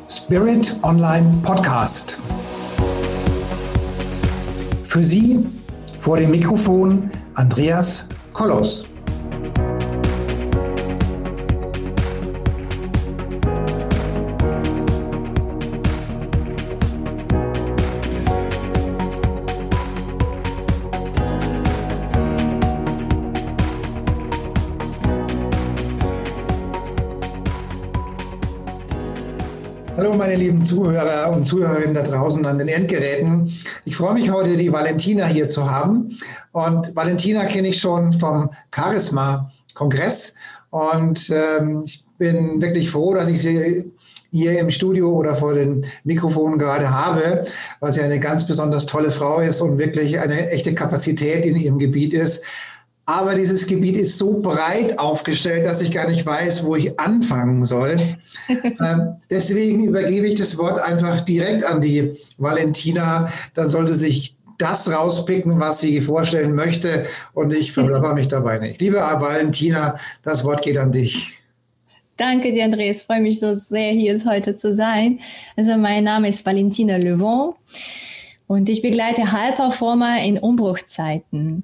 Spirit Online Podcast. Für Sie vor dem Mikrofon Andreas Kollos. Hallo meine lieben Zuhörer und Zuhörerinnen da draußen an den Endgeräten. Ich freue mich heute, die Valentina hier zu haben. Und Valentina kenne ich schon vom Charisma-Kongress. Und ich bin wirklich froh, dass ich sie hier im Studio oder vor den Mikrofonen gerade habe, weil sie eine ganz besonders tolle Frau ist und wirklich eine echte Kapazität in ihrem Gebiet ist. Aber dieses Gebiet ist so breit aufgestellt, dass ich gar nicht weiß, wo ich anfangen soll. Deswegen übergebe ich das Wort einfach direkt an die Valentina. Dann sollte sich das rauspicken, was sie vorstellen möchte. Und ich verplapper mich dabei nicht. Liebe Valentina, das Wort geht an dich. Danke dir, Andreas. Ich freue mich so sehr, hier heute zu sein. Also mein Name ist Valentina Levon und ich begleite High-Performer in Umbruchzeiten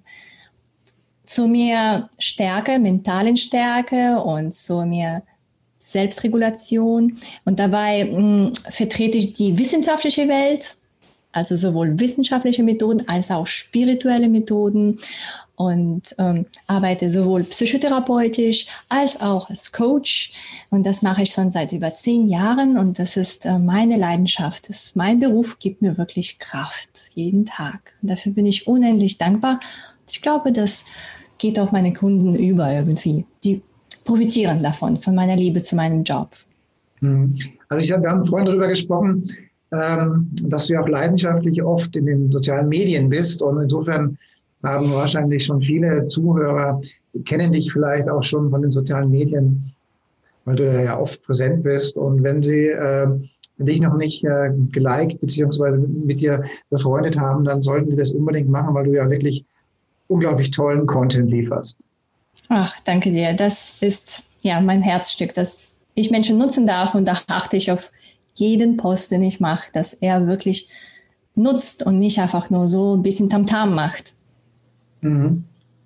zu mehr Stärke, mentalen Stärke und zu mehr Selbstregulation. Und dabei vertrete ich die wissenschaftliche Welt, also sowohl wissenschaftliche Methoden als auch spirituelle Methoden und arbeite sowohl psychotherapeutisch als auch als Coach. Und das mache ich schon seit über 10 Jahren und das ist meine Leidenschaft. Mein Beruf gibt mir wirklich Kraft jeden Tag. Und dafür bin ich unendlich dankbar. Ich glaube, das geht auf meine Kunden über irgendwie. Die profitieren davon, von meiner Liebe zu meinem Job. Also wir haben vorhin darüber gesprochen, dass du auch leidenschaftlich oft in den sozialen Medien bist. Und insofern haben wahrscheinlich schon viele Zuhörer, kennen dich vielleicht auch schon von den sozialen Medien, weil du ja oft präsent bist. Und wenn sie dich noch nicht geliked bzw. mit dir befreundet haben, dann sollten sie das unbedingt machen, weil du ja wirklich unglaublich tollen Content lieferst. Ach, danke dir. Das ist ja mein Herzstück, dass ich Menschen nutzen darf und da achte ich auf jeden Post, den ich mache, dass er wirklich nutzt und nicht einfach nur so ein bisschen Tamtam macht. Mhm.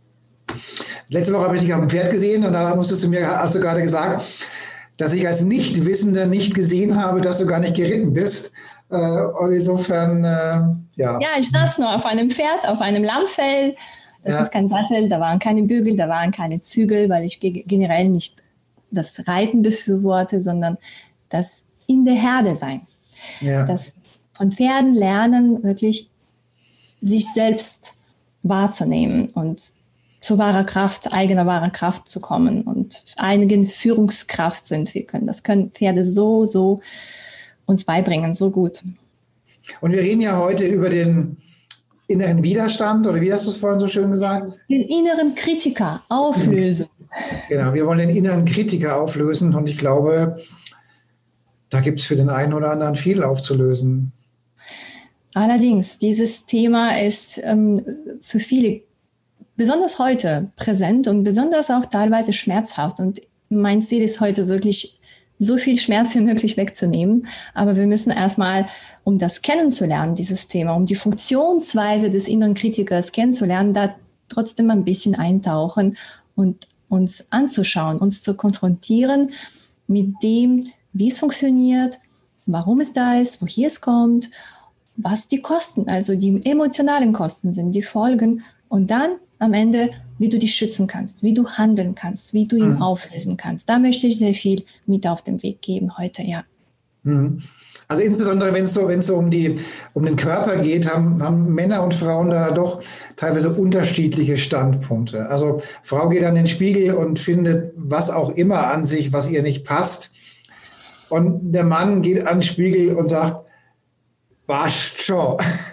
Letzte Woche habe ich dich auf dem Pferd gesehen und da hast du gerade gesagt, dass ich als Nichtwissender nicht gesehen habe, dass du gar nicht geritten bist. Und insofern, ja. Ja, ich saß nur auf einem Pferd, auf einem Lammfell. Das ist kein Sattel, da waren keine Bügel, da waren keine Zügel, weil ich generell nicht das Reiten befürworte, sondern das in der Herde sein. Ja. Das von Pferden lernen, wirklich sich selbst wahrzunehmen und zu eigener wahrer Kraft zu kommen und eigene Führungskraft zu entwickeln. Das können Pferde so uns beibringen, so gut. Und wir reden ja heute über den inneren Widerstand, oder wie hast du es vorhin so schön gesagt? Den inneren Kritiker auflösen. Genau, wir wollen den inneren Kritiker auflösen und ich glaube, da gibt es für den einen oder anderen viel aufzulösen. Allerdings, dieses Thema ist für viele, besonders heute, präsent und besonders auch teilweise schmerzhaft. Und mein Ziel ist heute wirklich, so viel Schmerz wie möglich wegzunehmen. Aber wir müssen erstmal, um das kennenzulernen, dieses Thema, um die Funktionsweise des inneren Kritikers kennenzulernen, da trotzdem ein bisschen eintauchen und uns anzuschauen, uns zu konfrontieren mit dem, wie es funktioniert, warum es da ist, woher es kommt, was die Kosten, also die emotionalen Kosten sind, die Folgen und dann am Ende, wie du dich schützen kannst, wie du handeln kannst, wie du ihn auflösen kannst. Da möchte ich sehr viel mit auf den Weg geben heute, ja. Also insbesondere, wenn es so um den Körper geht, haben Männer und Frauen da doch teilweise unterschiedliche Standpunkte. Also Frau geht an den Spiegel und findet was auch immer an sich, was ihr nicht passt. Und der Mann geht an den Spiegel und sagt, passt schon.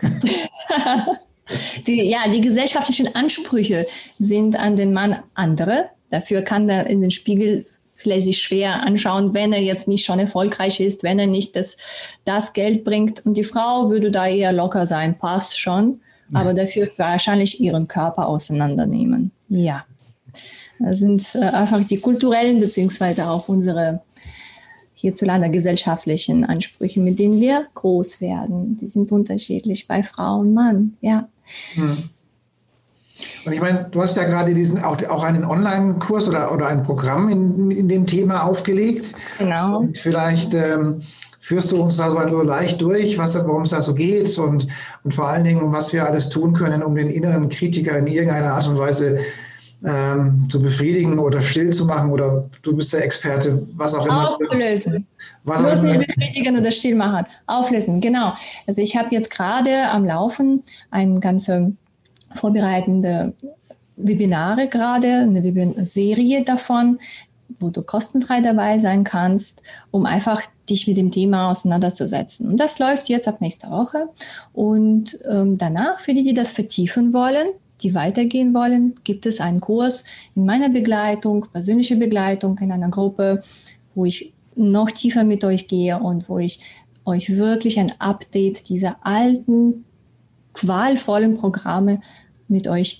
Die gesellschaftlichen Ansprüche sind an den Mann andere. Dafür kann er in den Spiegel vielleicht sich schwer anschauen, wenn er jetzt nicht schon erfolgreich ist, wenn er nicht das Geld bringt. Und die Frau würde da eher locker sein, passt schon, aber dafür wahrscheinlich ihren Körper auseinandernehmen. Ja, das sind einfach die kulturellen beziehungsweise auch unsere hierzulande gesellschaftlichen Ansprüchen, mit denen wir groß werden. Die sind unterschiedlich bei Frau und Mann, ja. Hm. Und ich meine, du hast ja gerade auch einen Online-Kurs oder ein Programm in dem Thema aufgelegt. Genau. Und vielleicht führst du uns da so leicht durch, worum es da so geht und vor allen Dingen, was wir alles tun können, um den inneren Kritiker in irgendeiner Art und Weise zu befriedigen oder still zu machen, oder du bist der Experte, was auch immer. Auflösen. Bloß nicht befriedigen oder still machen. Auflösen, genau. Also ich habe jetzt gerade am Laufen eine ganze vorbereitende Webinare gerade, eine Serie davon, wo du kostenfrei dabei sein kannst, um einfach dich mit dem Thema auseinanderzusetzen. Und das läuft jetzt ab nächster Woche. Und danach, für die, die das vertiefen wollen, die weitergehen wollen, gibt es einen Kurs in meiner Begleitung, persönliche Begleitung in einer Gruppe, wo ich noch tiefer mit euch gehe und wo ich euch wirklich ein Update dieser alten, qualvollen Programme mit euch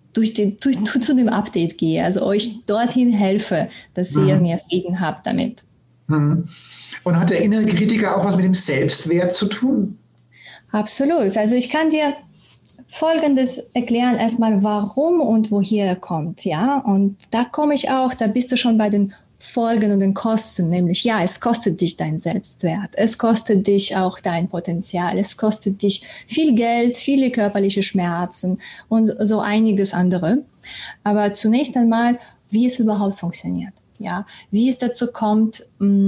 zu dem Update gehe, also euch dorthin helfe, dass ihr mehr Frieden habt damit. Und hat der innere Kritiker auch was mit dem Selbstwert zu tun? Absolut. Also ich kann dir Folgendes erklären, erstmal warum und woher er kommt, ja. Und da bist du schon bei den Folgen und den Kosten, nämlich ja, es kostet dich dein Selbstwert, es kostet dich auch dein Potenzial, es kostet dich viel Geld, viele körperliche Schmerzen und so einiges andere. Aber zunächst einmal, wie es überhaupt funktioniert, ja, wie es dazu kommt,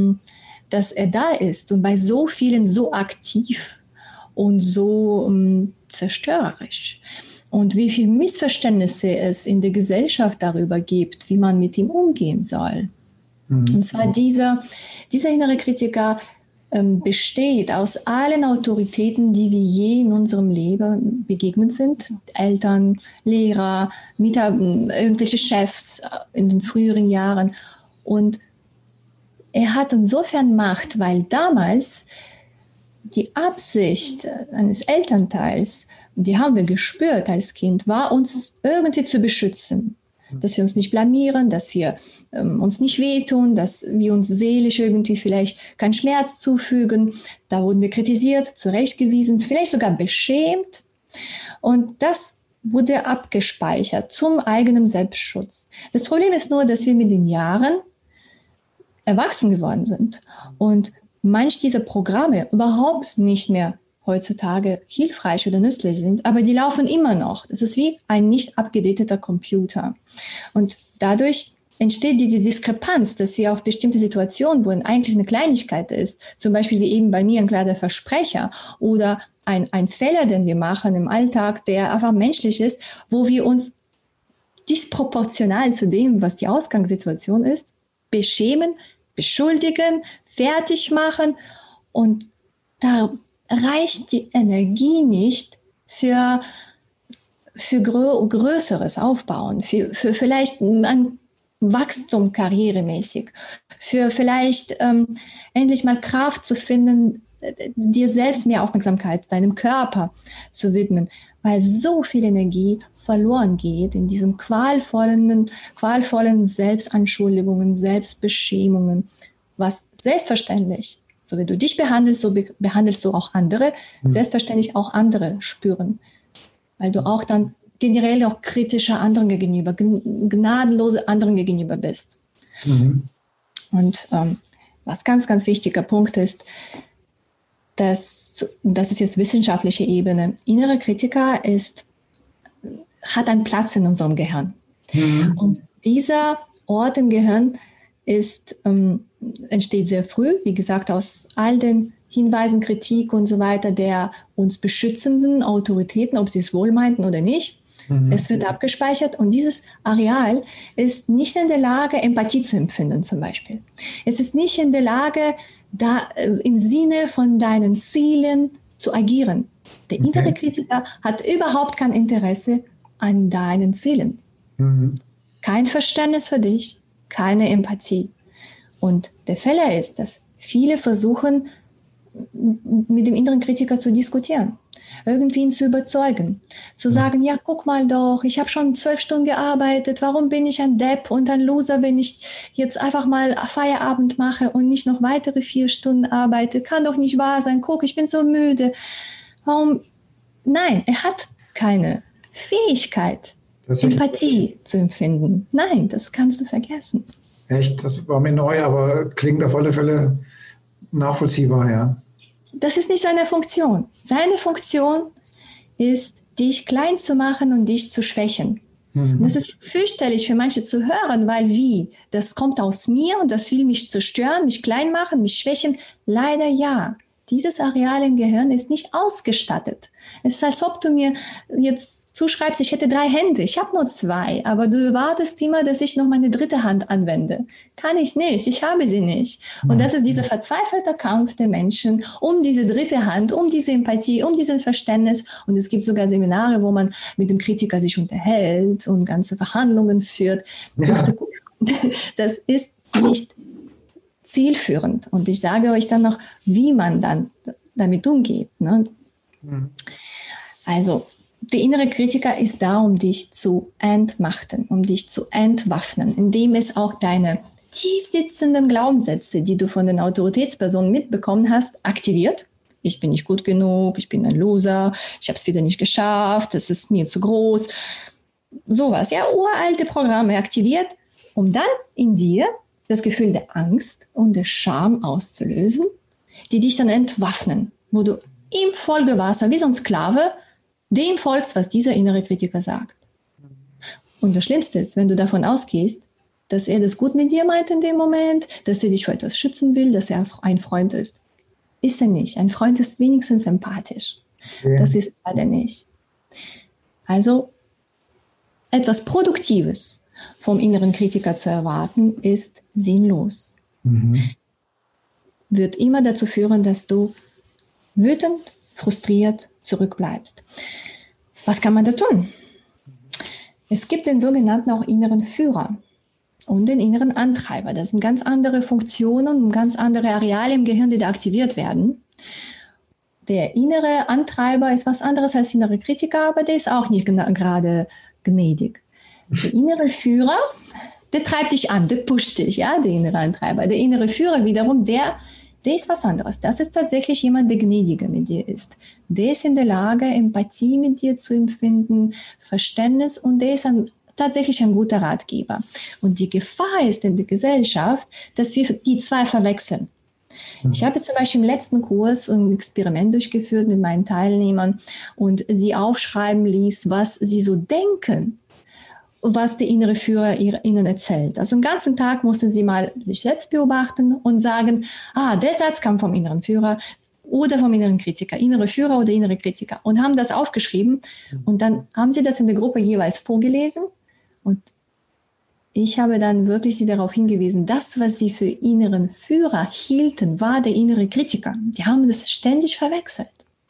dass er da ist und bei so vielen so aktiv und so zerstörerisch. Und wie viel Missverständnisse es in der Gesellschaft darüber gibt, wie man mit ihm umgehen soll. Und zwar dieser innere Kritiker besteht aus allen Autoritäten, die wir je in unserem Leben begegnet sind. Eltern, Lehrer, irgendwelche Chefs in den früheren Jahren. Und er hat insofern Macht, weil damals die Absicht eines Elternteils, die haben wir gespürt als Kind, war, uns irgendwie zu beschützen. Dass wir uns nicht blamieren, dass wir uns nicht wehtun, dass wir uns seelisch irgendwie vielleicht keinen Schmerz zufügen. Da wurden wir kritisiert, zurechtgewiesen, vielleicht sogar beschämt. Und das wurde abgespeichert zum eigenen Selbstschutz. Das Problem ist nur, dass wir mit den Jahren erwachsen geworden sind und manch dieser Programme überhaupt nicht mehr heutzutage hilfreich oder nützlich sind, aber die laufen immer noch. Das ist wie ein nicht abgedateter Computer. Und dadurch entsteht diese Diskrepanz, dass wir auf bestimmte Situationen, wo eigentlich eine Kleinigkeit ist, zum Beispiel wie eben bei mir ein kleiner Versprecher oder ein Fehler, den wir machen im Alltag, der einfach menschlich ist, wo wir uns disproportional zu dem, was die Ausgangssituation ist, beschämen, beschuldigen, fertig machen, und da reicht die Energie nicht für größeres Aufbauen, für vielleicht ein Wachstum karrieremäßig, für vielleicht endlich mal Kraft zu finden, dir selbst mehr Aufmerksamkeit, deinem Körper zu widmen, weil so viel Energie verloren geht in diesem qualvollen Selbstanschuldigungen, Selbstbeschämungen, was selbstverständlich, so wie du dich behandelst, so behandelst du auch andere, selbstverständlich auch andere spüren, weil du auch dann generell auch kritischer anderen gegenüber, gnadenlose anderen gegenüber bist. Und was ganz, ganz wichtiger Punkt ist, das ist jetzt wissenschaftliche Ebene. Innere Kritiker hat einen Platz in unserem Gehirn. Und dieser Ort im Gehirn entsteht sehr früh, wie gesagt, aus all den Hinweisen, Kritik und so weiter der uns beschützenden Autoritäten, ob sie es wohl meinten oder nicht. Es wird abgespeichert und dieses Areal ist nicht in der Lage, Empathie zu empfinden zum Beispiel. Es ist nicht in der Lage, da im Sinne von deinen Zielen zu agieren. Der innere Kritiker hat überhaupt kein Interesse an deinen Zielen. Kein Verständnis für dich, keine Empathie. Und der Fehler ist, dass viele versuchen, mit dem inneren Kritiker zu diskutieren. irgendwie ihn zu überzeugen. Zu sagen, ja, guck mal doch, ich habe schon 12 Stunden gearbeitet, warum bin ich ein Depp und ein Loser, wenn ich jetzt einfach mal Feierabend mache und nicht noch weitere 4 Stunden arbeite? Kann doch nicht wahr sein, guck, ich bin so müde. Warum? Nein, er hat keine Fähigkeit, Empathie zu empfinden. Nein, das kannst du vergessen. Echt, das war mir neu, aber klingt auf alle Fälle nachvollziehbar, ja. Das ist nicht seine Funktion. Seine Funktion ist, dich klein zu machen und dich zu schwächen. Und das ist fürchterlich für manche zu hören, weil das kommt aus mir und das will mich zerstören, mich klein machen, mich schwächen. Leider ja. Dieses Areal im Gehirn ist nicht ausgestattet. Es ist, als ob du mir jetzt zuschreibst, ich hätte 3 Hände. Ich habe nur 2, aber du erwartest immer, dass ich noch meine 3. Hand anwende. Kann ich nicht, ich habe sie nicht. Und das ist dieser verzweifelte Kampf der Menschen um diese 3. Hand, um diese Empathie, um diesen Verständnis. Und es gibt sogar Seminare, wo man mit dem Kritiker sich unterhält und ganze Verhandlungen führt. Ja. Das ist nicht zielführend. Und ich sage euch dann noch, wie man dann damit umgeht. Ne? Also, der innere Kritiker ist da, um dich zu entmachten, um dich zu entwaffnen, indem es auch deine tief sitzenden Glaubenssätze, die du von den Autoritätspersonen mitbekommen hast, aktiviert. Ich bin nicht gut genug, ich bin ein Loser, ich habe es wieder nicht geschafft, es ist mir zu groß. Sowas, ja, uralte Programme aktiviert, um dann in dir das Gefühl der Angst und der Scham auszulösen, die dich dann entwaffnen, wo du im Folgewasser, wie so ein Sklave, dem folgst, was dieser innere Kritiker sagt. Und das Schlimmste ist, wenn du davon ausgehst, dass er das gut mit dir meint in dem Moment, dass er dich vor etwas schützen will, dass er ein Freund ist. Ist er nicht. Ein Freund ist wenigstens empathisch. Ja. Das ist er nicht. Also etwas Produktives vom inneren Kritiker zu erwarten, ist sinnlos. Wird immer dazu führen, dass du wütend, frustriert zurückbleibst. Was kann man da tun? Es gibt den sogenannten auch inneren Führer und den inneren Antreiber. Das sind ganz andere Funktionen und ganz andere Areale im Gehirn, die da aktiviert werden. Der innere Antreiber ist was anderes als innere Kritiker, aber der ist auch nicht gerade gnädig. Der innere Führer, der treibt dich an, der pusht dich, ja, der innere Antreiber. Der innere Führer wiederum, der ist was anderes. Das ist tatsächlich jemand, der gnädiger mit dir ist. Der ist in der Lage, Empathie mit dir zu empfinden, Verständnis, und der ist tatsächlich ein guter Ratgeber. Und die Gefahr ist in der Gesellschaft, dass wir die zwei verwechseln. Ich habe zum Beispiel im letzten Kurs ein Experiment durchgeführt mit meinen Teilnehmern und sie aufschreiben ließ, was sie so denken, was der innere Führer ihnen erzählt. Also den ganzen Tag mussten sie mal sich selbst beobachten und sagen, der Satz kam vom inneren Führer oder vom inneren Kritiker, innere Führer oder innere Kritiker, und haben das aufgeschrieben und dann haben sie das in der Gruppe jeweils vorgelesen und ich habe dann wirklich sie darauf hingewiesen, das, was sie für inneren Führer hielten, war der innere Kritiker. Die haben das ständig verwechselt.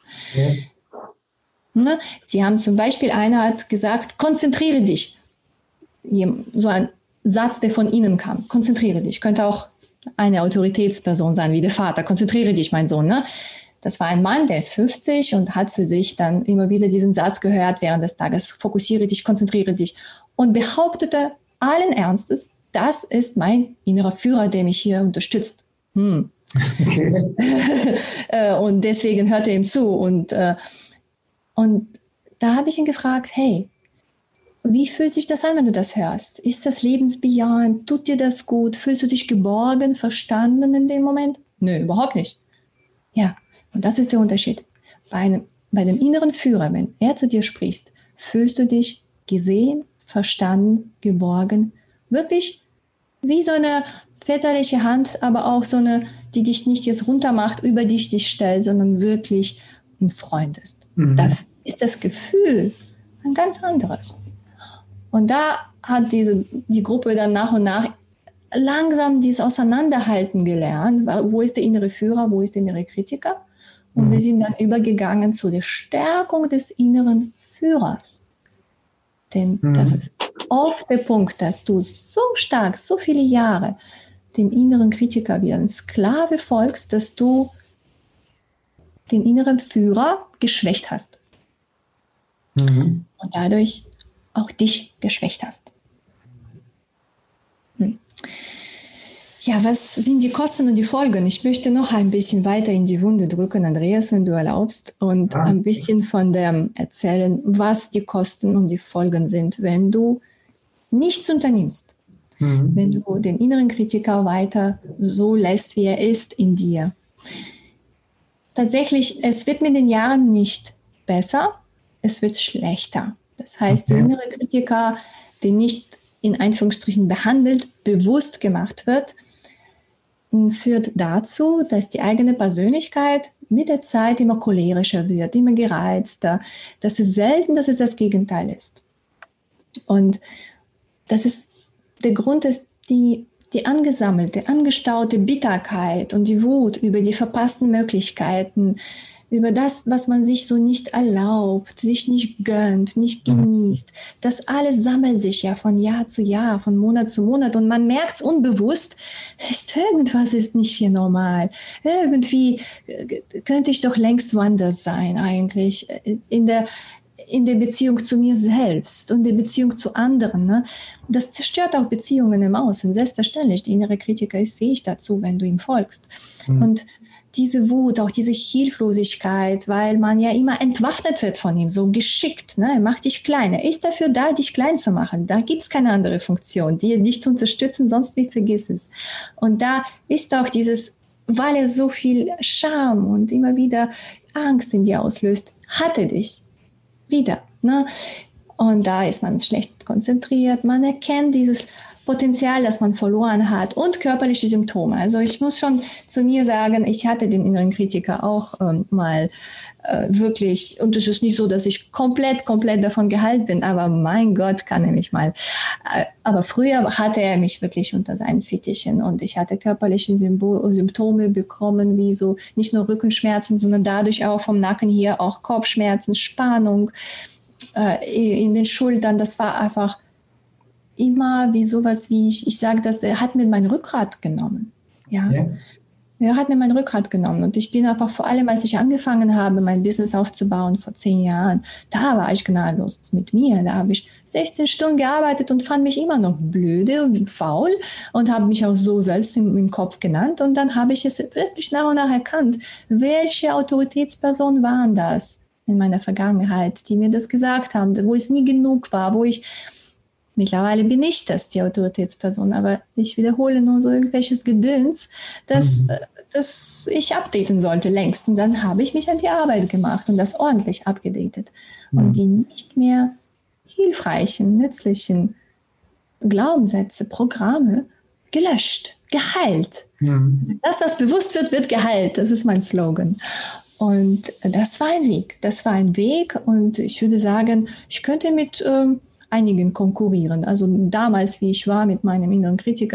Ja. Sie haben zum Beispiel, einer hat gesagt, konzentriere dich. So ein Satz, der von ihnen kam. Konzentriere dich. Könnte auch eine Autoritätsperson sein, wie der Vater. Konzentriere dich, mein Sohn. Ne? Das war ein Mann, der ist 50 und hat für sich dann immer wieder diesen Satz gehört während des Tages. Fokussiere dich, konzentriere dich. Und behauptete allen Ernstes, das ist mein innerer Führer, der mich hier unterstützt. Okay. Und deswegen hört er ihm zu. Und da habe ich ihn gefragt, hey, wie fühlt sich das an, wenn du das hörst? Ist das lebensbejahend? Tut dir das gut? Fühlst du dich geborgen, verstanden in dem Moment? Nö, überhaupt nicht. Ja, und das ist der Unterschied. Bei dem inneren Führer, wenn er zu dir spricht, fühlst du dich gesehen, verstanden, geborgen. Wirklich wie so eine väterliche Hand, aber auch so eine, die dich nicht jetzt runtermacht, über dich sich stellt, sondern wirklich ein Freund ist. Da ist das Gefühl ein ganz anderes. Und da hat die Gruppe dann nach und nach langsam dieses Auseinanderhalten gelernt. Wo ist der innere Führer, wo ist der innere Kritiker? Und wir sind dann übergegangen zu der Stärkung des inneren Führers. Denn das ist oft der Punkt, dass du so stark, so viele Jahre dem inneren Kritiker wie ein Sklave folgst, dass du den inneren Führer geschwächt hast. Und dadurch auch dich geschwächt hast. Ja, was sind die Kosten und die Folgen? Ich möchte noch ein bisschen weiter in die Wunde drücken, Andreas, wenn du erlaubst, und ein bisschen von dem erzählen, was die Kosten und die Folgen sind, wenn du nichts unternimmst. Wenn du den inneren Kritiker weiter so lässt, wie er ist in dir. Tatsächlich, es wird mit den Jahren nicht besser, es wird schlechter. Das heißt, der innere Kritiker, der nicht in Anführungsstrichen behandelt, bewusst gemacht wird, führt dazu, dass die eigene Persönlichkeit mit der Zeit immer cholerischer wird, immer gereizter. Das ist selten, dass es das Gegenteil ist. Und das ist der Grund, ist die angesammelte, angestaute Bitterkeit und die Wut über die verpassten Möglichkeiten, über das, was man sich so nicht erlaubt, sich nicht gönnt, nicht genießt. Das alles sammelt sich ja von Jahr zu Jahr, von Monat zu Monat und man merkt es unbewusst, irgendwas ist nicht wie normal. Irgendwie könnte ich doch längst woanders sein eigentlich, in der Beziehung zu mir selbst und der Beziehung zu anderen. Ne? Das zerstört auch Beziehungen im Außen. Selbstverständlich, der innere Kritiker ist fähig dazu, wenn du ihm folgst. Und diese Wut, auch diese Hilflosigkeit, weil man ja immer entwaffnet wird von ihm, so geschickt. Ne? Er macht dich klein. Er ist dafür da, dich klein zu machen. Da gibt es keine andere Funktion, dich zu unterstützen, sonst wie vergiss es. Und da ist auch dieses, weil er so viel Scham und immer wieder Angst in dir auslöst, hat er dich wieder. Ne? Und da ist man schlecht konzentriert. Man erkennt dieses Potenzial, das man verloren hat und körperliche Symptome. Also ich muss schon zu mir sagen, ich hatte den inneren Kritiker auch mal wirklich, und es ist nicht so, dass ich komplett davon geheilt bin, aber mein Gott, kann er mich mal. Aber früher hatte er mich wirklich unter seinen Fittichen und ich hatte körperliche Symptome bekommen, wie so nicht nur Rückenschmerzen, sondern dadurch auch vom Nacken hier auch Kopfschmerzen, Spannung in den Schultern. Das war einfach immer wie sowas wie, ich sage das, er hat mir mein Rückgrat genommen. Ja. Er hat mir mein Rückgrat genommen und ich bin einfach vor allem, als ich angefangen habe, mein Business aufzubauen vor 10 Jahren, da war ich gnadenlos mit mir. Da habe ich 16 Stunden gearbeitet und fand mich immer noch blöde und faul und habe mich auch so selbst im Kopf genannt. Und dann habe ich es wirklich nach und nach erkannt, welche Autoritätspersonen waren das in meiner Vergangenheit, die mir das gesagt haben, wo es nie genug war, wo ich mittlerweile bin ich das, die Autoritätsperson, aber ich wiederhole nur so irgendwelches Gedöns, das ich updaten sollte längst. Und dann habe ich mich an die Arbeit gemacht und das ordentlich abgedatet. Und die nicht mehr hilfreichen, nützlichen Glaubenssätze, Programme gelöscht, geheilt. Das, was bewusst wird, wird geheilt. Das ist mein Slogan. Und das war ein Weg. Und ich würde sagen, ich könnte mit einigen konkurrieren. Also damals, wie ich war mit meinem inneren Kritiker,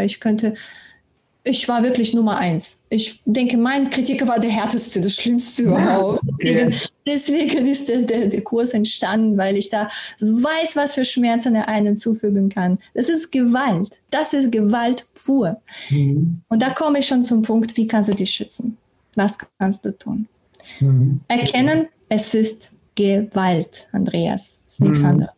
ich war wirklich Nummer 1. Ich denke, mein Kritiker war der härteste, das Schlimmste überhaupt. Okay. Deswegen ist der Kurs entstanden, weil ich da weiß, was für Schmerzen er einen zufügen kann. Das ist Gewalt. Das ist Gewalt pur. Und da komme ich schon zum Punkt, wie kannst du dich schützen? Was kannst du tun? Erkennen, es ist Gewalt, Andreas. Es ist nichts anderes.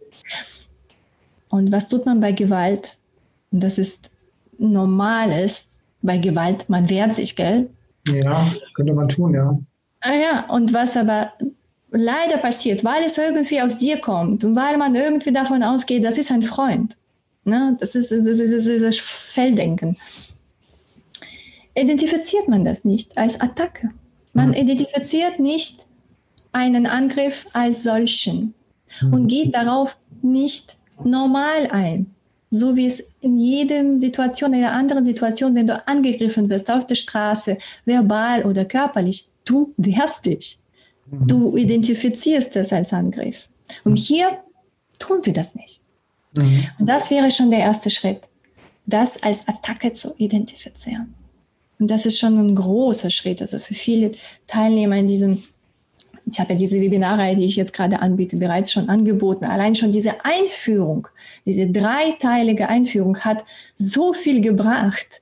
Und was tut man bei Gewalt? Und das ist Normales bei Gewalt, man wehrt sich, gell? Ja, könnte man tun, ja. Ah ja, und was aber leider passiert, weil es irgendwie aus dir kommt und weil man irgendwie davon ausgeht, das ist ein Freund. Ne? Das ist das Fehldenken. Identifiziert man das nicht als Attacke. Man identifiziert nicht einen Angriff als solchen und geht darauf nicht normal ein. So wie es in jedem Situation, in einer anderen Situation, wenn du angegriffen wirst auf der Straße, verbal oder körperlich, du wehrst dich. Du identifizierst das als Angriff. Und hier tun wir das nicht. Und das wäre schon der erste Schritt, das als Attacke zu identifizieren. Und das ist schon ein großer Schritt. Also für viele Teilnehmer in diesem Ich habe ja diese Webinare, die ich jetzt gerade anbiete, bereits schon angeboten. Allein schon diese Einführung, diese dreiteilige Einführung hat so viel gebracht,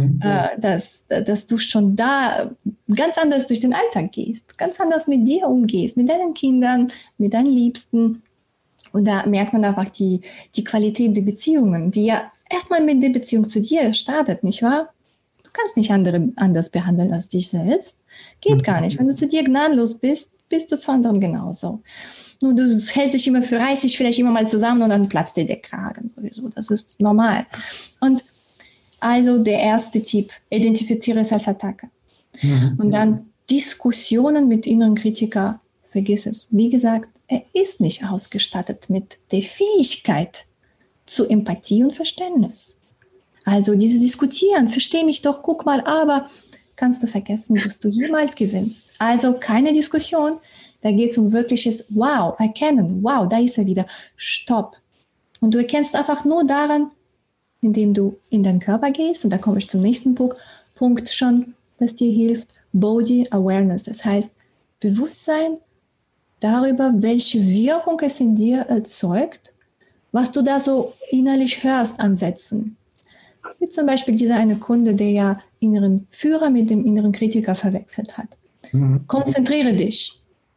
dass du schon da ganz anders durch den Alltag gehst, ganz anders mit dir umgehst, mit deinen Kindern, mit deinen Liebsten. Und da merkt man einfach die Qualität der Beziehungen, die ja erstmal mit der Beziehung zu dir startet, nicht wahr? Du kannst nicht andere anders behandeln als dich selbst. Geht gar nicht. Wenn du zu dir gnadenlos bist, bist du zu anderen genauso. Nur du hältst dich immer, reißt dich vielleicht immer mal zusammen und dann platzt dir der Kragen. Sowieso. Das ist normal. Und also der erste Tipp, identifiziere es als Attacke. Und dann Diskussionen mit inneren Kritiker, vergiss es. Wie gesagt, er ist nicht ausgestattet mit der Fähigkeit zu Empathie und Verständnis. Also dieses Diskutieren, versteh mich doch, guck mal, aber kannst du vergessen, dass du jemals gewinnst. Also keine Diskussion, da geht es um wirkliches Wow, erkennen, wow, da ist er wieder, Stopp. Und du erkennst einfach nur daran, indem du in deinen Körper gehst, und da komme ich zum nächsten Punkt schon, das dir hilft, Body Awareness, das heißt Bewusstsein darüber, welche Wirkung es in dir erzeugt, was du da so innerlich hörst an Sätzen. Wie zum Beispiel dieser eine Kunde, der ja inneren Führer mit dem inneren Kritiker verwechselt hat. Konzentriere dich.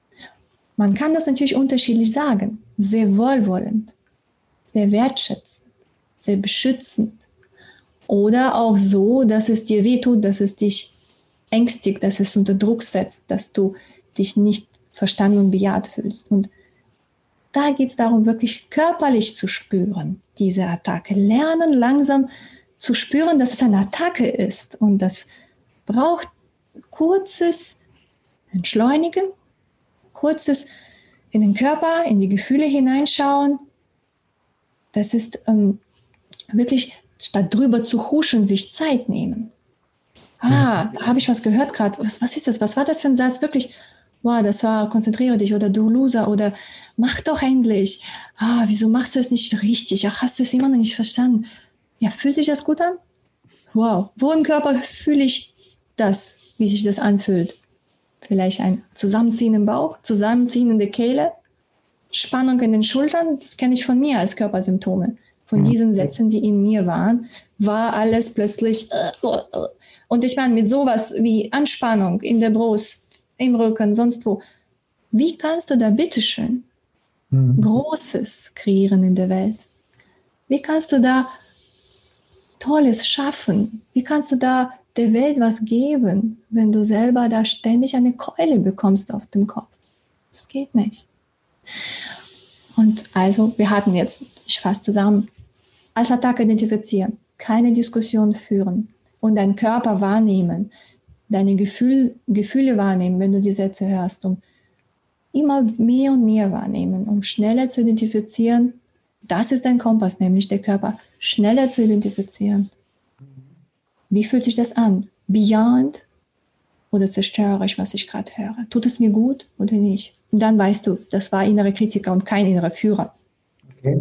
Man kann das natürlich unterschiedlich sagen. Sehr wohlwollend, sehr wertschätzend, sehr beschützend. Oder auch so, dass es dir wehtut, dass es dich ängstigt, dass es unter Druck setzt, dass du dich nicht verstanden und bejaht fühlst. Und da geht es darum, wirklich körperlich zu spüren, diese Attacke. Lernen langsam zu spüren, dass es eine Attacke ist. Und das braucht kurzes Entschleunigen, kurzes in den Körper, in die Gefühle hineinschauen. Das ist wirklich, statt drüber zu huschen, sich Zeit nehmen. Da habe ich was gehört gerade. Was ist das? Was war das für ein Satz? Wirklich, wow, das war, konzentriere dich oder du Loser oder mach doch endlich. Wieso machst du es nicht richtig? Ach, hast du es immer noch nicht verstanden? Ja, fühlt sich das gut an? Wow, wo im Körper fühle ich das, wie sich das anfühlt? Vielleicht ein Zusammenziehen im Bauch, Zusammenziehen in der Kehle, Spannung in den Schultern, das kenne ich von mir als Körpersymptome. Von diesen Sätzen, die in mir waren, war alles plötzlich und ich meine, mit sowas wie Anspannung in der Brust, im Rücken, sonst wo. Wie kannst du da bitteschön Großes kreieren in der Welt? Wie kannst du da Tolles schaffen? Wie kannst du da der Welt was geben, wenn du selber da ständig eine Keule bekommst auf dem Kopf? Das geht nicht. Und also, wir hatten jetzt, ich fasse zusammen, als Attacke identifizieren, keine Diskussion führen und deinen Körper wahrnehmen, deine Gefühle wahrnehmen, wenn du die Sätze hörst, um immer mehr und mehr wahrnehmen, um schneller zu identifizieren. Das ist dein Kompass, nämlich der Körper, schneller zu identifizieren. Wie fühlt sich das an? Bejahend oder zerstörerisch, was ich gerade höre? Tut es mir gut oder nicht? Und dann weißt du, das war innerer Kritiker und kein innerer Führer. Okay.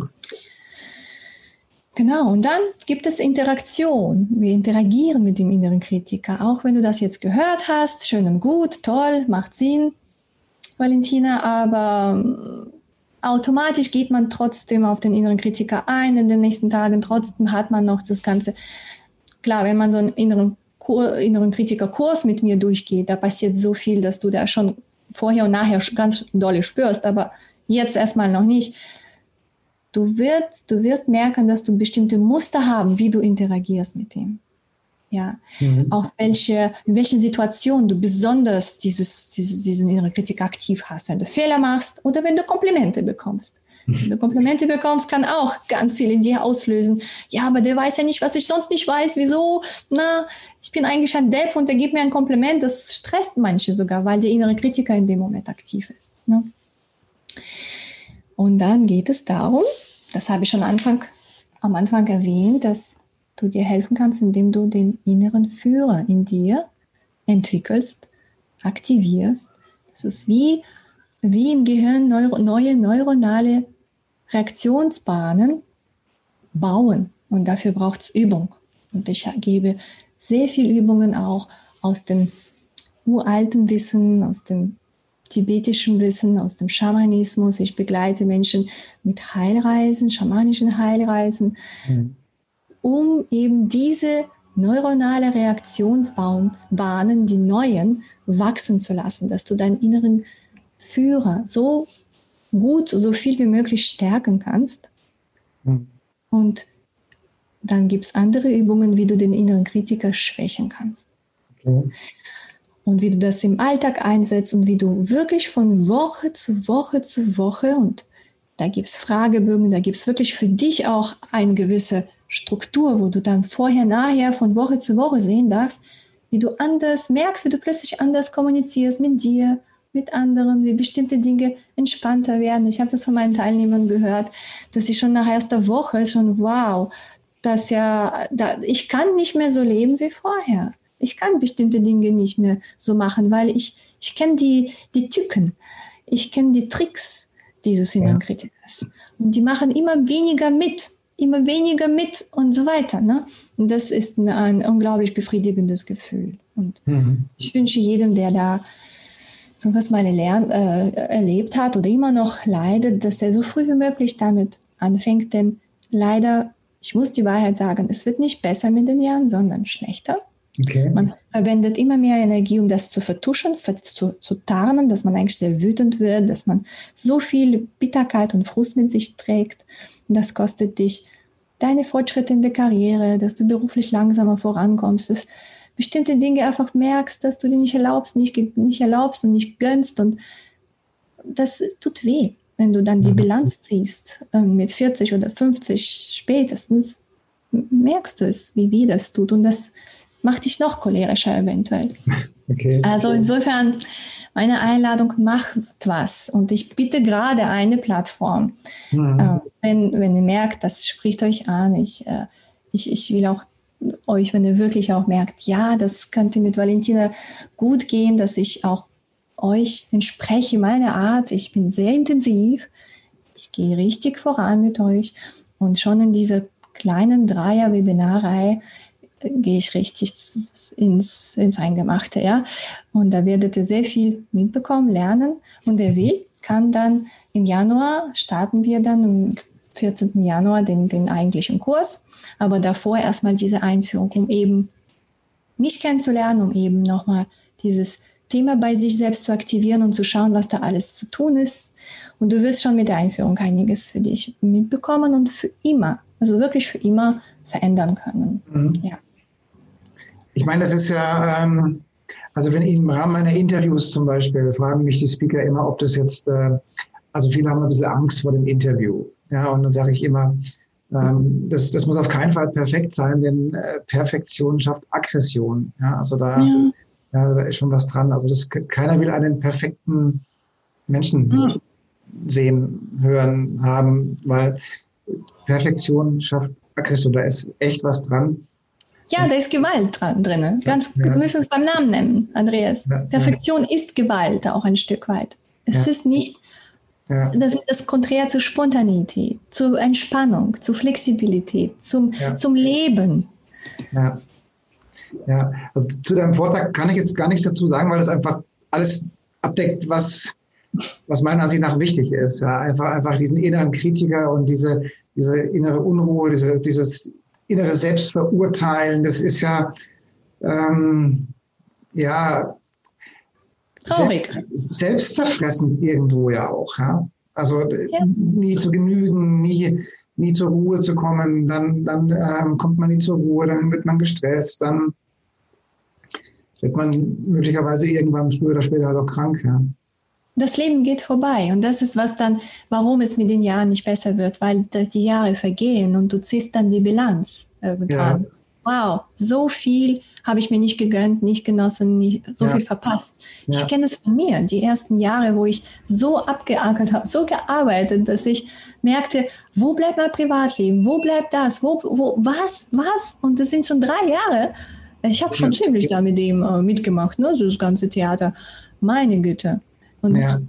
Genau, und dann gibt es Interaktion. Wir interagieren mit dem inneren Kritiker. Auch wenn du das jetzt gehört hast, schön und gut, toll, macht Sinn, Valentina, aber automatisch geht man trotzdem auf den inneren Kritiker ein in den nächsten Tagen. Trotzdem hat man noch das Ganze. Klar, wenn man so einen inneren Kritikerkurs mit mir durchgeht, da passiert so viel, dass du da schon vorher und nachher ganz dolle spürst, aber jetzt erstmal noch nicht. Du wirst merken, dass du bestimmte Muster haben, wie du interagierst mit ihm. Ja, auch in welchen Situationen du besonders diesen inneren Kritiker aktiv hast, wenn du Fehler machst oder wenn du Komplimente bekommst. Wenn du Komplimente bekommst, kann auch ganz viel in dir auslösen. Ja, aber der weiß ja nicht, was ich sonst nicht weiß. Wieso? Na, ich bin eigentlich ein Depp und der gibt mir ein Kompliment. Das stresst manche sogar, weil der innere Kritiker in dem Moment aktiv ist. Ne? Und dann geht es darum, das habe ich schon am Anfang erwähnt, dass du dir helfen kannst, indem du den inneren Führer in dir entwickelst, aktivierst. Das ist wie im Gehirn neue neuronale Reaktionsbahnen bauen. Und dafür braucht es Übung. Und ich gebe sehr viel Übungen auch aus dem uralten Wissen, aus dem tibetischem Wissen, aus dem Schamanismus. Ich begleite Menschen mit Heilreisen, schamanischen Heilreisen, um eben diese neuronale Reaktionsbahnen, die neuen, wachsen zu lassen, dass du deinen inneren Führer so gut, so viel wie möglich stärken kannst. Und dann gibt es andere Übungen, wie du den inneren Kritiker schwächen kannst. Okay. Und wie du das im Alltag einsetzt und wie du wirklich von Woche zu Woche zu Woche, und da gibt es Fragebögen, da gibt es wirklich für dich auch eine gewisse Struktur, wo du dann vorher, nachher, von Woche zu Woche sehen darfst, wie du anders merkst, wie du plötzlich anders kommunizierst mit dir, mit anderen, wie bestimmte Dinge entspannter werden. Ich habe das von meinen Teilnehmern gehört, dass sie schon nach erster Woche schon, wow, ich kann nicht mehr so leben wie vorher. Ich kann bestimmte Dinge nicht mehr so machen, weil ich kenne die Tücken, ich kenne die Tricks dieses inneren Kritikers. Und die machen immer weniger mit und so weiter. Ne? Und das ist ein unglaublich befriedigendes Gefühl. Und ich wünsche jedem, der da sowas mal erlebt hat oder immer noch leidet, dass er so früh wie möglich damit anfängt. Denn leider, ich muss die Wahrheit sagen, es wird nicht besser mit den Jahren, sondern schlechter. Okay. Man verwendet immer mehr Energie, um das zu vertuschen, zu tarnen, dass man eigentlich sehr wütend wird, dass man so viel Bitterkeit und Frust mit sich trägt. Und das kostet dich deine Fortschritte in der Karriere, dass du beruflich langsamer vorankommst, dass bestimmte Dinge einfach merkst, dass du die nicht erlaubst und nicht gönnst. Und das tut weh, wenn du dann die Bilanz ziehst. Mit 40 oder 50 spätestens merkst du es, wie weh das tut. Und das macht dich noch cholerischer eventuell. Okay. Also insofern, meine Einladung, macht was. Und ich biete gerade eine Plattform. Wenn ihr merkt, das spricht euch an, ich will auch euch, wenn ihr wirklich auch merkt, ja, das könnte mit Valentina gut gehen, dass ich auch euch entspreche, meine Art. Ich bin sehr intensiv. Ich gehe richtig voran mit euch. Und schon in dieser kleinen Dreier-Webinarreihe gehe ich richtig ins Eingemachte, ja. Und da werdet ihr sehr viel mitbekommen, lernen. Und wer will, kann dann im Januar, starten wir dann am 14. Januar den eigentlichen Kurs. Aber davor erstmal diese Einführung, um eben mich kennenzulernen, um eben nochmal dieses Thema bei sich selbst zu aktivieren und zu schauen, was da alles zu tun ist. Und du wirst schon mit der Einführung einiges für dich mitbekommen und für immer, also wirklich für immer verändern können. Ja. Ich meine, das ist ja, also wenn ich im Rahmen meiner Interviews zum Beispiel, fragen mich die Speaker immer, ob das jetzt, also viele haben ein bisschen Angst vor dem Interview. Ja, und dann sage ich immer, das muss auf keinen Fall perfekt sein, denn Perfektion schafft Aggression. Ja, also da ist schon was dran. Also keiner will einen perfekten Menschen sehen, hören, haben, weil Perfektion schafft Aggression. Da ist echt was dran. Ja, da ist Gewalt drin. Wir müssen es beim Namen nennen, Andreas. Perfektion ist Gewalt auch ein Stück weit. Es ist nicht, das ist das Konträr zur Spontaneität, zur Entspannung, zur Flexibilität, zum Leben. Ja, also zu deinem Vortrag kann ich jetzt gar nichts dazu sagen, weil das einfach alles abdeckt, was meiner Ansicht nach wichtig ist. Ja, einfach diesen inneren Kritiker und diese innere Unruhe, dieses innere Selbstverurteilen, das ist traurig. Selbstzerfressend irgendwo ja auch. Ja? Also nie zu genügen, nie zur Ruhe zu kommen, dann kommt man nie zur Ruhe, dann wird man gestresst, dann wird man möglicherweise irgendwann früher oder später halt auch krank. Ja? Das Leben geht vorbei und das ist warum es mit den Jahren nicht besser wird, weil die Jahre vergehen und du ziehst dann die Bilanz irgendwann. Ja. Wow, so viel habe ich mir nicht gegönnt, nicht genossen, so viel verpasst. Ja. Ich kenne es von mir, die ersten Jahre, wo ich so abgeackert habe, so gearbeitet, dass ich merkte, wo bleibt mein Privatleben, wo bleibt das, was? Und das sind schon 3 Jahre. Ich habe schon ziemlich da mit dem mitgemacht, ne, so das ganze Theater. Meine Güte. Und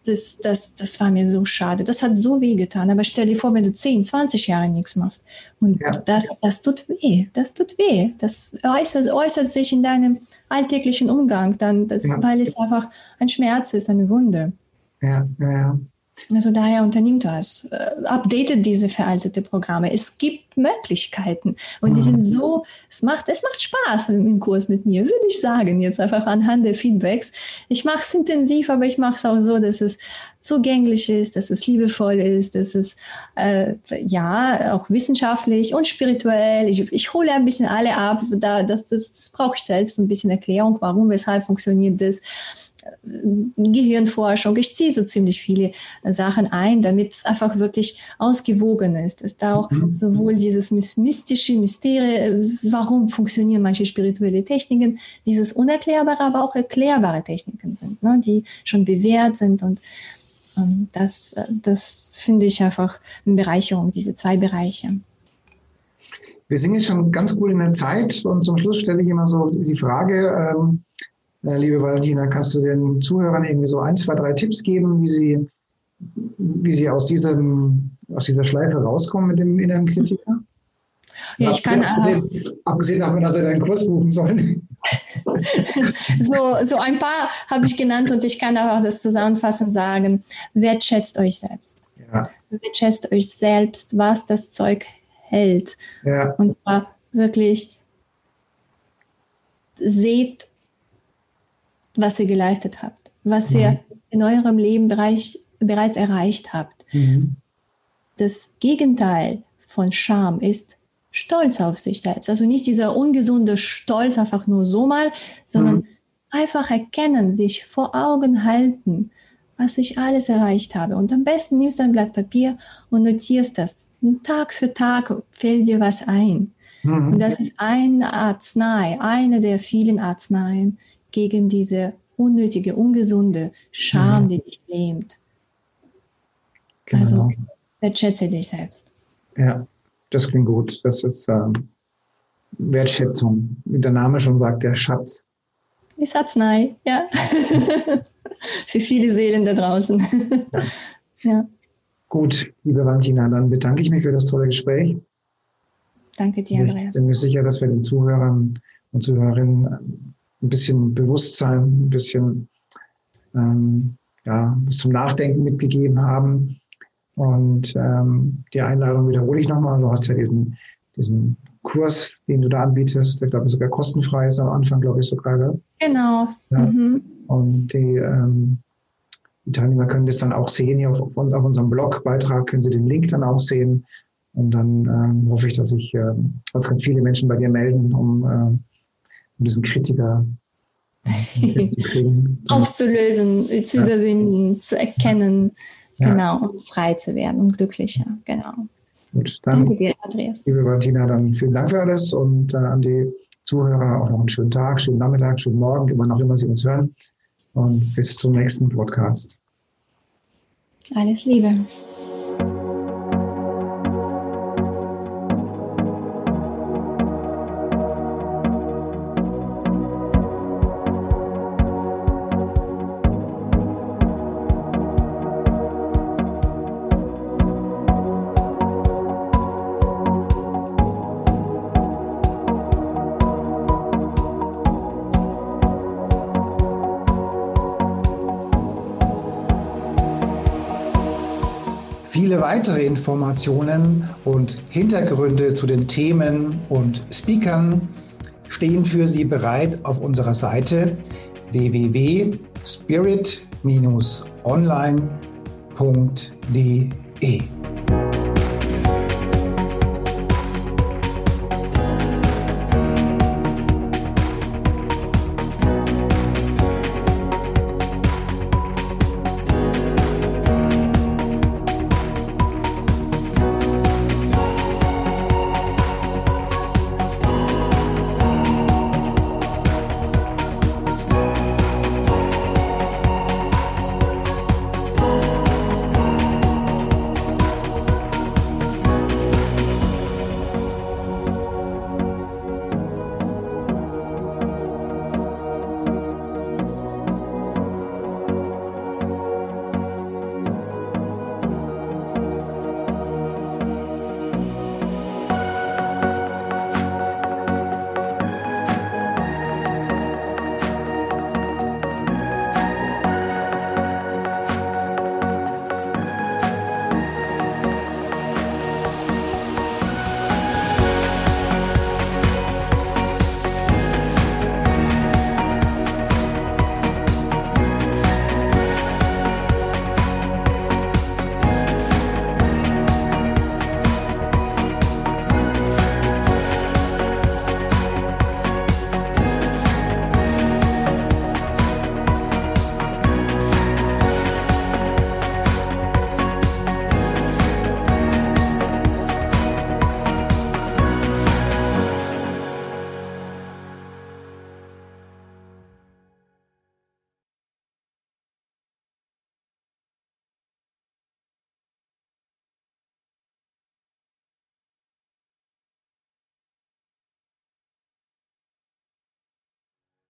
das war mir so schade. Das hat so weh getan. Aber stell dir vor, wenn du 10, 20 Jahre nichts machst. Und das tut weh. Das tut weh. Das äußert sich in deinem alltäglichen Umgang dann, weil es einfach ein Schmerz ist, eine Wunde. Ja. Also daher unternimmt was. Updatet diese veraltete Programme. Es gibt Möglichkeiten. Und die sind so, es macht Spaß im Kurs mit mir, würde ich sagen, jetzt einfach anhand der Feedbacks. Ich mache es intensiv, aber ich mache es auch so, dass es zugänglich ist, dass es liebevoll ist, dass es auch wissenschaftlich und spirituell. Ich hole ein bisschen alle ab. Das brauche ich selbst, ein bisschen Erklärung, warum, weshalb funktioniert das. Gehirnforschung, ich ziehe so ziemlich viele Sachen ein, damit es einfach wirklich ausgewogen ist, dass da auch sowohl dieses mystische Mysterium, warum funktionieren manche spirituelle Techniken, dieses Unerklärbare, aber auch erklärbare Techniken sind, ne, die schon bewährt sind und das finde ich einfach eine Bereicherung, diese zwei Bereiche. Wir sind jetzt schon ganz gut in der Zeit und zum Schluss stelle ich immer so die Frage, liebe Valentina, kannst du den Zuhörern irgendwie so 1, 2, 3 Tipps geben, wie sie aus dieser Schleife rauskommen mit dem inneren Kritiker? Ja, ich kann abgesehen davon, dass sie deinen Kurs buchen sollen. So ein paar habe ich genannt und ich kann auch das zusammenfassend sagen. Wertschätzt euch selbst. Ja. Wertschätzt euch selbst, was das Zeug hält. Ja. Und zwar wirklich seht, was ihr geleistet habt, was ihr in eurem Leben bereits erreicht habt. Das Gegenteil von Scham ist Stolz auf sich selbst. Also nicht dieser ungesunde Stolz einfach nur so mal, sondern einfach erkennen, sich vor Augen halten, was ich alles erreicht habe. Und am besten nimmst du ein Blatt Papier und notierst das. Und Tag für Tag fällt dir was ein. Und das ist eine Arznei, eine der vielen Arzneien gegen diese unnötige, ungesunde Scham, die dich lähmt. Genau. Also wertschätze dich selbst. Ja, das klingt gut. Das ist Wertschätzung. Wie der Name schon sagt, der Schatz. Ist Arznei, ja. Für viele Seelen da draußen. Ja. Gut, liebe Valentina, dann bedanke ich mich für das tolle Gespräch. Danke dir, Andreas. Ich bin mir sicher, dass wir den Zuhörern und Zuhörerinnen ein bisschen Bewusstsein, ein bisschen was zum Nachdenken mitgegeben haben. Und die Einladung wiederhole ich nochmal. Du hast ja diesen Kurs, den du da anbietest, der, glaube ich, sogar kostenfrei ist am Anfang, glaube ich, sogar. Oder? Genau. Ja. Und die Teilnehmer können das dann auch sehen. Hier auf unserem Blogbeitrag können sie den Link dann auch sehen. Und dann hoffe ich, dass sich ganz viele Menschen bei dir melden, um diesen Kritiker zu kriegen. Aufzulösen, zu überwinden, zu erkennen, genau, und frei zu werden und glücklicher, genau. Gut, dann, danke dir, Andreas. Liebe Valentina, dann vielen Dank für alles und an die Zuhörer auch noch einen schönen Tag, schönen Nachmittag, schönen Morgen, wann auch immer Sie uns hören. Und bis zum nächsten Podcast. Alles Liebe. Viele weitere Informationen und Hintergründe zu den Themen und Speakern stehen für Sie bereit auf unserer Seite www.spirit-online.de.